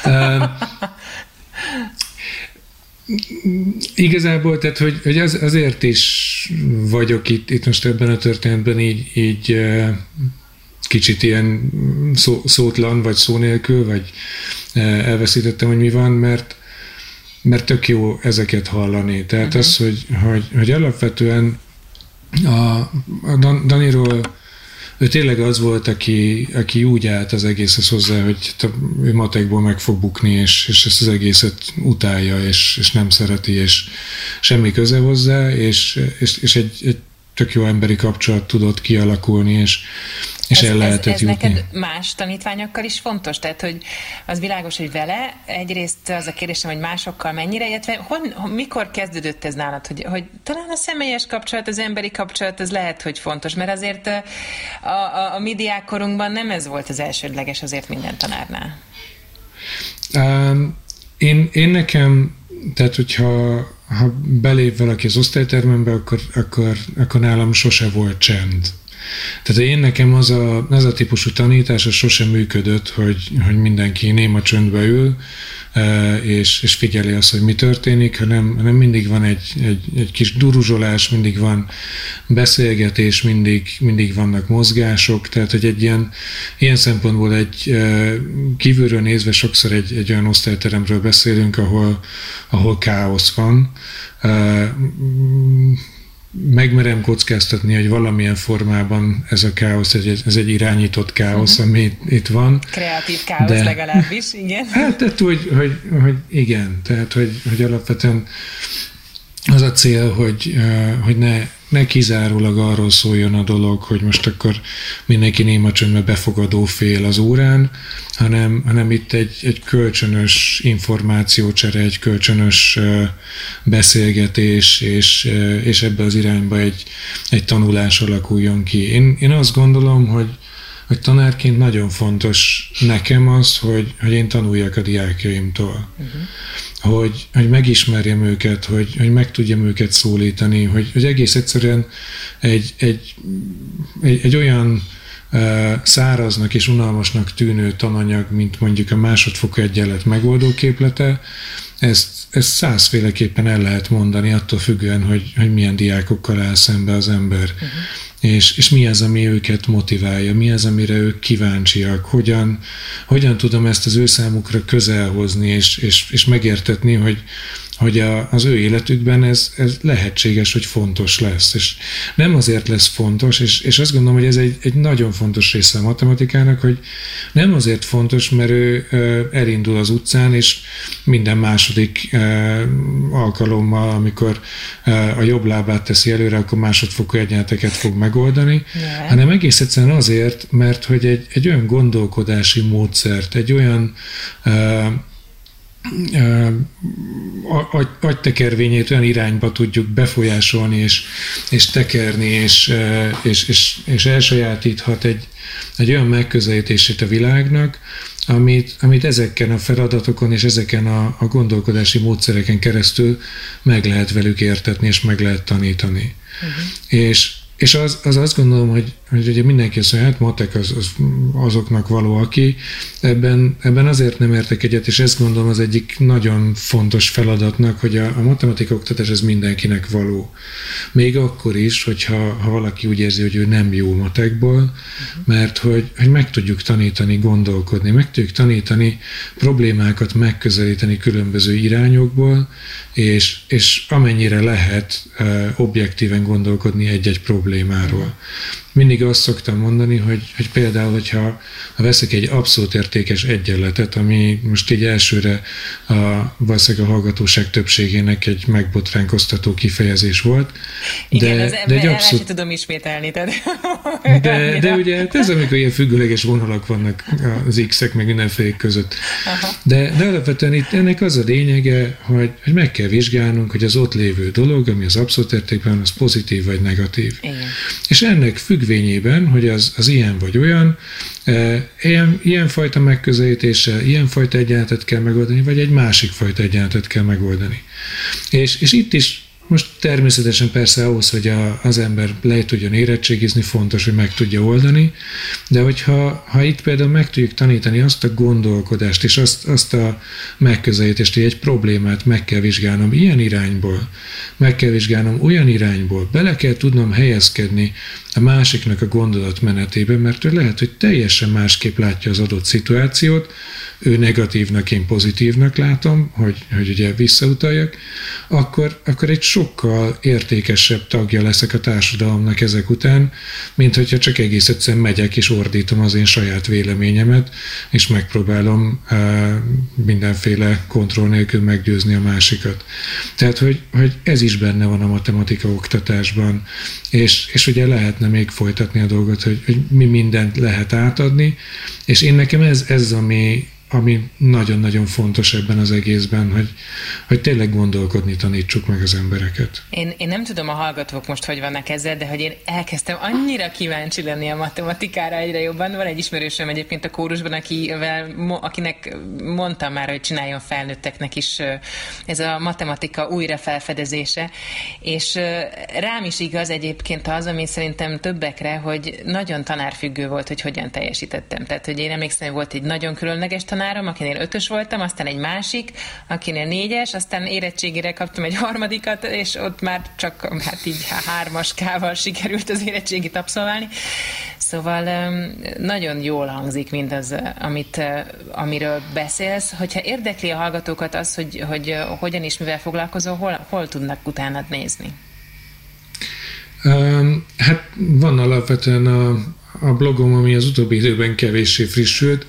Igazából, tehát, hogy azért is vagyok itt most ebben a történetben így kicsit ilyen szótlan, vagy szó nélkül, vagy elveszítettem, hogy mi van, mert tök jó ezeket hallani. Tehát az, hogy alapvetően a Daniról ő tényleg az volt, aki úgy állt az egészhez hozzá, hogy ő matekból meg fog bukni, és ezt az egészet utálja, és nem szereti, és semmi köze hozzá, és egy tök jó emberi kapcsolat tudott kialakulni, és el lehetett jutni. Ez neked más tanítványokkal is fontos? Tehát, hogy az világos, hogy vele, egyrészt az a kérdésem, hogy másokkal mennyire, illetve mikor kezdődött ez nálad, hogy talán a személyes kapcsolat, az emberi kapcsolat, az lehet, hogy fontos, mert azért a mi diákkorunkban nem ez volt az elsődleges azért minden tanárnál. Én nekem, tehát hogyha belép valaki az osztálytermembe, akkor nálam sose volt csend. Tehát én nekem az a típusú tanítás az sosem működött, hogy mindenki néma csöndbe ül, és figyeli azt, hogy mi történik, hanem mindig van egy kis duruzsolás, mindig van beszélgetés, mindig vannak mozgások, tehát hogy egy ilyen szempontból kívülről nézve sokszor egy olyan osztályteremről beszélünk, ahol káosz van. Megmerem kockáztatni, hogy valamilyen formában ez a káosz, ez egy irányított káosz, ami itt van. Kreatív káosz legalábbis, igen. Hát, tehát hogy igen, tehát hogy alapvetően az a cél, hogy ne kizárólag arról szóljon a dolog, hogy most akkor mindenki néma csöndbe befogadó fél az órán, hanem itt egy kölcsönös információcsere, egy kölcsönös beszélgetés, és ebbe az irányba egy tanulás alakuljon ki. Én azt gondolom, hogy tanárként nagyon fontos nekem az, hogy én tanuljak a diákjaimtól. hogy megismerjem őket, hogy meg tudjam őket szólítani, hogy egész egyszerűen egy olyan száraznak és unalmasnak tűnő tananyag, mint mondjuk a másodfokú egyenlet megoldóképlete, ezt 100-féleképpen el lehet mondani, attól függően, hogy milyen diákokkal áll szembe az ember. És mi az, ami őket motiválja, mi az, amire ők kíváncsiak, hogyan tudom ezt az ő számukra közel hozni, és megértetni, hogy az ő életükben ez lehetséges, hogy fontos lesz. És nem azért lesz fontos, és azt gondolom, hogy ez egy nagyon fontos része a matematikának, hogy nem azért fontos, mert ő elindul az utcán, és minden második alkalommal, amikor a jobb lábát teszi előre, akkor másodfokú egyenleteket fog megoldani, hanem egész egyszerűen azért, mert hogy egy olyan gondolkodási módszert, egy olyan agytekervényét olyan irányba tudjuk befolyásolni és tekerni, és elsajátíthat egy olyan megközelítését a világnak, amit ezeken a feladatokon és ezeken a gondolkodási módszereken keresztül meg lehet velük értetni, és meg lehet tanítani. És az azt gondolom, hogy ugye mindenki azt mondja, hát matek azoknak való, aki ebben azért nem értek egyet, és ezt gondolom az egyik nagyon fontos feladatnak, hogy a matematika oktatás ez mindenkinek való. Még akkor is, hogyha valaki úgy érzi, hogy ő nem jó matekból, mert hogy meg tudjuk tanítani gondolkodni, meg tudjuk tanítani problémákat megközelíteni különböző irányokból, és amennyire lehet objektíven gondolkodni egy-egy problémáról. Mindig azt szoktam mondani, hogy például, hogyha veszek egy abszolút értékes egyenletet, ami most így elsőre valószínűleg a hallgatóság többségének egy megbotránkoztató kifejezés volt. Igen, egy abszolút... tudom ismételni. De ugye ez amikor ilyen függőleges vonalak vannak az X-ek meg mindenfélék között. De alapvetően itt ennek az a lényege, hogy meg kell vizsgálnunk, hogy az ott lévő dolog, ami az abszolút értékben, az pozitív vagy negatív. Igen. És ennek függvényében, hogy az ilyen vagy olyan, ilyenfajta megközelítéssel, ilyenfajta egyenletet kell megoldani, vagy egy másik fajta egyenletet kell megoldani. És itt is most természetesen persze ahhoz, hogy az ember le tudjon érettségizni, fontos, hogy meg tudja oldani, de hogyha itt például meg tudjuk tanítani azt a gondolkodást, és azt a megközelítést, hogy egy problémát meg kell vizsgálnom ilyen irányból, meg kell vizsgálnom olyan irányból, bele kell tudnom helyezkedni a másiknak a gondolatmenetében, mert ő lehet, hogy teljesen másképp látja az adott szituációt, ő negatívnak, én pozitívnak látom, hogy ugye visszautaljak, akkor egy sokkal értékesebb tagja leszek a társadalomnak ezek után, mint hogyha csak egész egyszerűen megyek és ordítom az én saját véleményemet, és megpróbálom mindenféle kontroll nélkül meggyőzni a másikat. Tehát, hogy ez is benne van a matematika oktatásban, és ugye lehetne még folytatni a dolgot, hogy mi mindent lehet átadni, és én nekem ez ami nagyon-nagyon fontos ebben az egészben, hogy tényleg gondolkodni tanítsuk meg az embereket. Én nem tudom, a hallgatók most hogy vannak ezzel, de hogy én elkezdtem annyira kíváncsi lenni a matematikára egyre jobban. Van egy ismerősöm egyébként a kórusban, akinek mondtam már, hogy csináljon felnőtteknek is ez a matematika újra felfedezése, és rám is igaz egyébként az, ami szerintem többekre, hogy nagyon tanárfüggő volt, hogy hogyan teljesítettem. Tehát, hogy én emlékszem, hogy volt egy nagyon különleges tanárom, akinél 5-ös voltam, aztán egy másik, akinél 4-es, aztán érettségére kaptam egy 3-at, és ott már csak így 3-askával sikerült az érettségit abszolválni. Szóval nagyon jól hangzik mindaz, amiről beszélsz. Hogyha érdekli a hallgatókat az, hogy hogyan és mivel foglalkozol, hol tudnak utánad nézni? Hát van alapvetően a blogom, ami az utóbbi időben kevéssé frissült,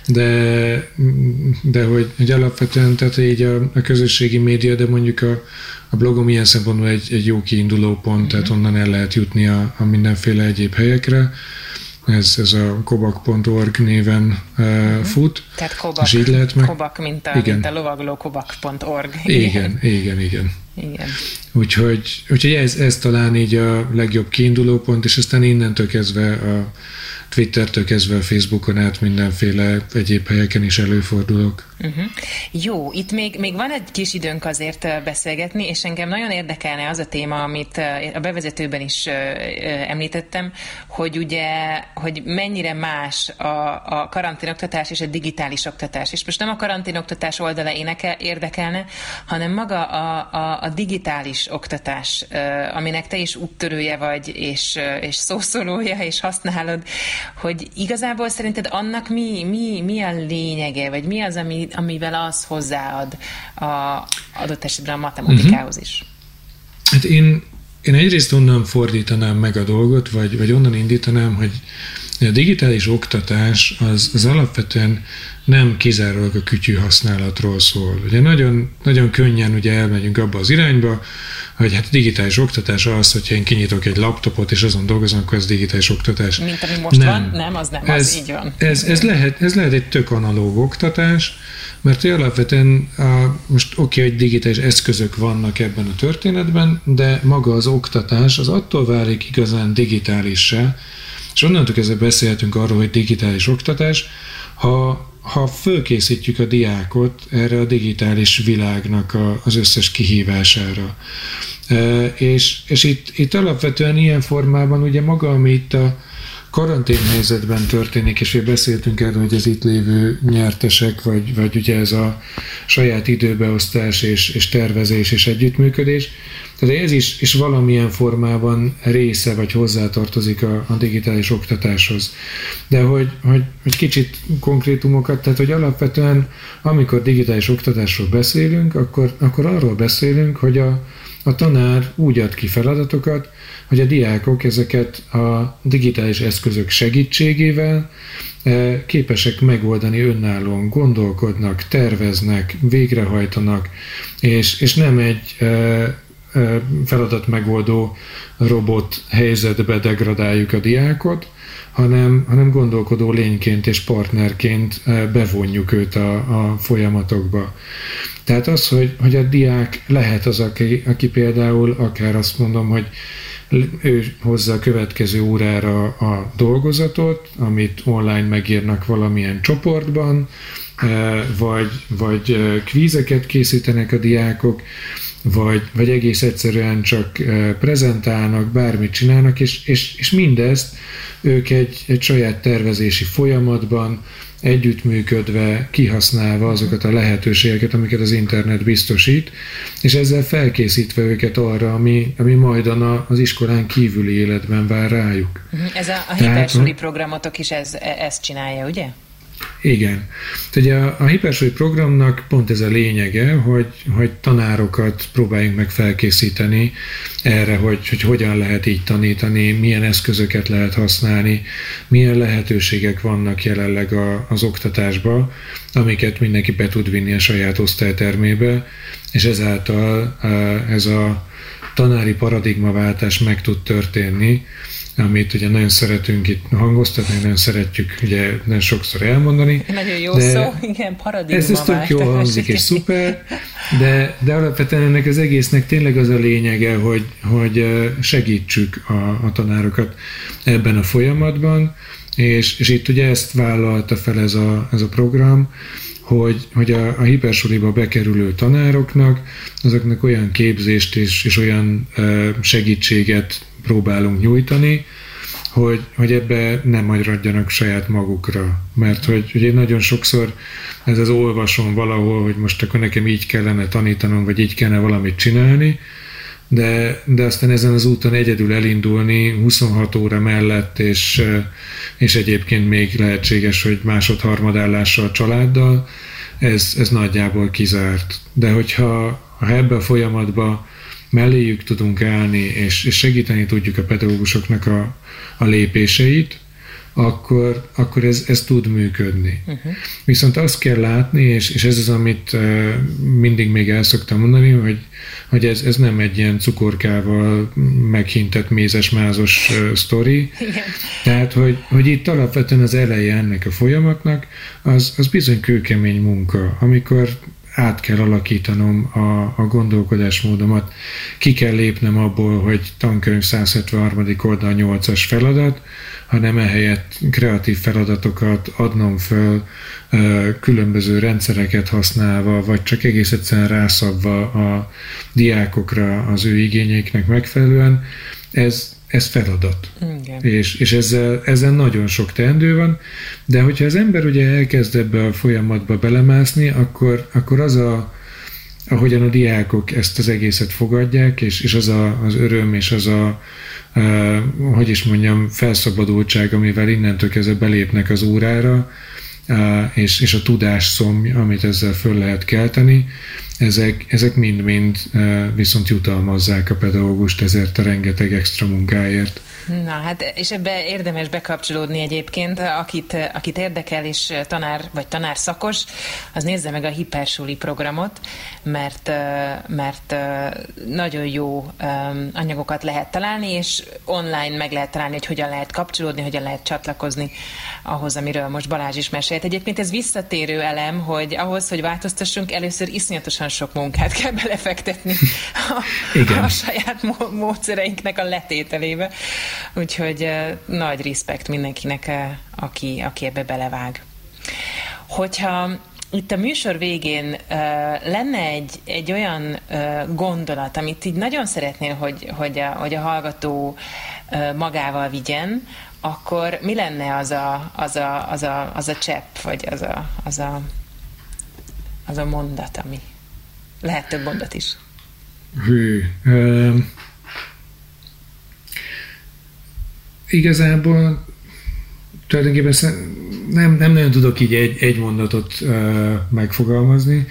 de hogy alapvetően, tehát így a közösségi média, de mondjuk a blogom ilyen szempontból egy jó kiinduló pont, tehát onnan el lehet jutni a mindenféle egyéb helyekre. Ez a kobak.org néven fut. Tehát kobak, és így lehet kobak mint a lovagló kobak.org. Igen. Igen. Úgyhogy ez talán így a legjobb kiindulópont, és aztán innentől kezdve a Twittertől kezdve a Facebookon át mindenféle egyéb helyeken is előfordulok. Jó, itt még van egy kis időnk azért beszélgetni, és engem nagyon érdekelne az a téma, amit a bevezetőben is említettem, hogy ugye, hogy mennyire más a karanténoktatás és a digitális oktatás. És most nem a karanténoktatás oldala érdekelne, hanem maga a digitális oktatás, aminek te is úttörője vagy, és szószólója, és használod, hogy igazából szerinted annak mi a lényege, vagy mi az, amivel az hozzáad adott esetben a matematikához is? Hát én egyrészt onnan fordítanám meg a dolgot, vagy onnan indítanám, hogy a digitális oktatás az alapvetően nem kizárólag a kütyű használatról szól. Ugye nagyon, nagyon könnyen ugye elmegyünk abba az irányba, hogy hát a digitális oktatás az, hogyha én kinyitok egy laptopot, és azon dolgozom, akkor az digitális oktatás. Mint ami most van? Nem, az nem, az így van. Ez lehet egy tök analóg oktatás, mert alapvetően most hogy digitális eszközök vannak ebben a történetben, de maga az oktatás az attól válik igazán digitálissá, és onnantól kezdve beszélhetünk arról, hogy digitális oktatás, ha fölkészítjük a diákot erre a digitális világnak az összes kihívására. És itt alapvetően ilyen formában ugye maga, ami itt a karanténhelyzetben történik, és beszéltünk erről, hogy az itt lévő nyertesek, vagy ugye ez a saját időbeosztás és tervezés és együttműködés, tehát ez is valamilyen formában része vagy hozzátartozik a digitális oktatáshoz. De hogy kicsit konkrétumokat, tehát hogy alapvetően amikor digitális oktatásról beszélünk, akkor arról beszélünk, hogy a tanár úgy ad ki feladatokat, hogy a diákok ezeket a digitális eszközök segítségével képesek megoldani önállóan, gondolkodnak, terveznek, végrehajtanak, és nem egy feladatmegoldó robot helyzetbe degradáljuk a diákot, hanem gondolkodó lényként és partnerként bevonjuk őt a folyamatokba. Tehát az, hogy a diák lehet az, aki például akár azt mondom, hogy ő hozza a következő órára a dolgozatot, amit online megírnak valamilyen csoportban, vagy kvízeket készítenek a diákok, vagy egész egyszerűen csak prezentálnak, bármit csinálnak, és mindezt ők egy saját tervezési folyamatban együttműködve, kihasználva azokat a lehetőségeket, amiket az internet biztosít, és ezzel felkészítve őket arra, ami majd az iskolán kívüli életben vár rájuk. Ez a hipersuli programotok is ezt csinálja, ugye? Igen. Ugye a hipersuli programnak pont ez a lényege, hogy tanárokat próbáljunk meg felkészíteni erre, hogy hogyan lehet így tanítani, milyen eszközöket lehet használni, milyen lehetőségek vannak jelenleg az oktatásban, amiket mindenki be tud vinni a saját osztálytermébe, és ezáltal ez a tanári paradigmaváltás meg tud történni, amit ugye nagyon szeretünk itt hangoztatni, nagyon szeretjük ugye nagyon sokszor elmondani. Nagyon jó szó, igen, paradigmaváltás. Ez tök jól hangzik és szuper, de alapvetően ennek az egésznek tényleg az a lényege, hogy segítsük a tanárokat ebben a folyamatban, és itt ugye ezt vállalta fel ez a program, hogy a hipersuliba bekerülő tanároknak, azoknak olyan képzést és olyan segítséget próbálunk nyújtani, hogy ebbe nem maradjanak saját magukra. Mert hogy ugye nagyon sokszor ez az olvasom valahol, hogy most akkor nekem így kellene tanítanom, vagy így kellene valamit csinálni, de aztán ezen az úton egyedül elindulni 26 óra mellett, és egyébként még lehetséges, hogy másod-harmadállással a családdal, ez nagyjából kizárt. De hogyha ebbe a folyamatba melléjük tudunk állni, és segíteni tudjuk a pedagógusoknak a lépéseit, akkor ez tud működni. Viszont azt kell látni, és ez az, amit mindig még el szoktam mondani, hogy ez nem egy ilyen cukorkával meghintett mézes-mázos sztori. Tehát, hogy itt alapvetően az eleje ennek a folyamatnak, az bizony kőkemény munka, amikor át kell alakítanom a gondolkodásmódomat. Ki kell lépnem abból, hogy tankönyv 173. oldal 8-as feladat, hanem ehelyett kreatív feladatokat adnom föl, különböző rendszereket használva, vagy csak egész egyszerűen rászabva a diákokra az ő igényeknek megfelelően. Ez feladat. Igen. És ezzel nagyon sok teendő van, de hogyha az ember ugye elkezd ebbe a folyamatba belemászni, akkor az ahogyan a diákok ezt az egészet fogadják, és az öröm, és az hogy is mondjam, felszabadultság, amivel innentől kezdve belépnek az órára, és a tudásszomj, amit ezzel föl lehet kelteni, ezek mind-mind viszont jutalmazzák a pedagógust ezért a rengeteg extra munkáért. Na hát, és ebbe érdemes bekapcsolódni egyébként, akit érdekel, és tanár szakos, az nézze meg a Hipersuli programot, mert nagyon jó anyagokat lehet találni, és online meg lehet találni, hogy hogyan lehet kapcsolódni, hogyan lehet csatlakozni ahhoz, amiről most Balázs is mesélt. Egyébként ez visszatérő elem, hogy ahhoz, hogy változtassunk, először iszonyatosan sok munkát kell belefektetni a saját módszereinknek a letételébe. Úgyhogy nagy respekt mindenkinek, aki ebbe belevág. Hogyha itt a műsor végén lenne egy olyan gondolat, amit így nagyon szeretnél, hogy a hallgató magával vigyen, akkor mi lenne az a csepp, vagy az a mondat, ami lehet több mondat is? Igazából tulajdonképpen nem nagyon tudok így egy mondatot megfogalmazni.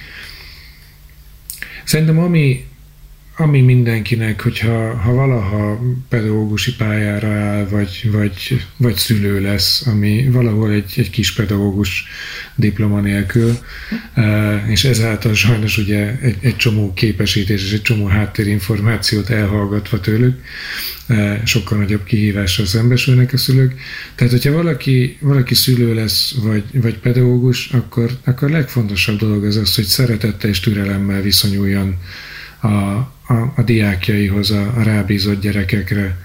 Szerintem ami mindenkinek, hogyha valaha pedagógusi pályára áll, vagy szülő lesz, ami valahol egy kis pedagógus diploma nélkül, és ezáltal sajnos ugye egy csomó képesítés és egy csomó háttérinformációt elhallgatva tőlük, sokkal nagyobb kihívással szembesülnek a szülők. Tehát, hogyha valaki szülő lesz, vagy pedagógus, akkor legfontosabb dolog az, hogy szeretettel és türelemmel viszonyuljon a diákjaihoz, a rábízott gyerekekre.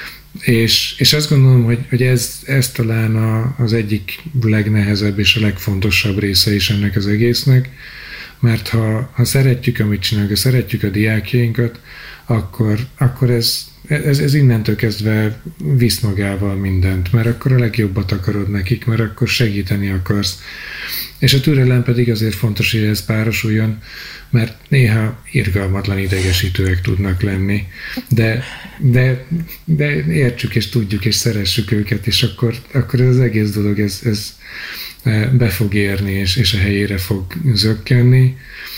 És azt gondolom, hogy ez talán az egyik legnehezebb és a legfontosabb része is ennek az egésznek, mert ha szeretjük, amit csinálunk, ha szeretjük a diákjainkat, akkor ez innentől kezdve visz magával mindent, mert akkor a legjobbat akarod nekik, mert akkor segíteni akarsz. És a türelem pedig azért fontos, hogy ez párosuljon, mert néha irgalmatlan idegesítőek tudnak lenni, de értsük és tudjuk és szeressük őket, és akkor ez az egész dolog ez be fog érni, és a helyére fog zökkenni.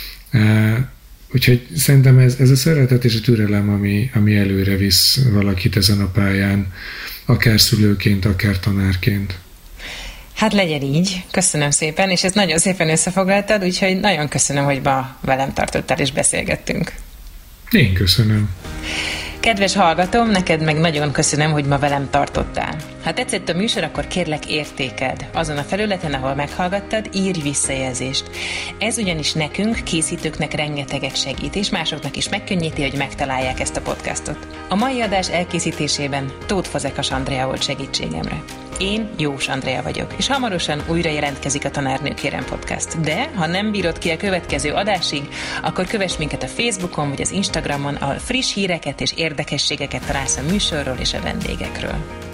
Úgyhogy szerintem ez a szeretet és a türelem, ami előre visz valakit ezen a pályán, akár szülőként, akár tanárként. Hát legyen így, köszönöm szépen, és ezt nagyon szépen összefoglaltad, úgyhogy nagyon köszönöm, hogy ma velem tartottál és beszélgettünk. Én köszönöm. Kedves hallgatom, neked meg nagyon köszönöm, hogy ma velem tartottál. Ha tetszett a műsor, akkor kérlek értékeld. Azon a felületen, ahol meghallgattad, írj visszajelzést. Ez ugyanis nekünk, készítőknek rengeteget segít, és másoknak is megkönnyíti, hogy megtalálják ezt a podcastot. A mai adás elkészítésében Tóth Fazekas Andrea volt segítségemre. Én Jós Andrea vagyok, és hamarosan újra jelentkezik a Tanárnő Kérem Podcast. De, ha nem bírod ki a következő adásig, akkor kövess minket a Facebookon vagy az Instagramon, ahol friss híreket és érdekességeket találsz a műsorról és a vendégekről.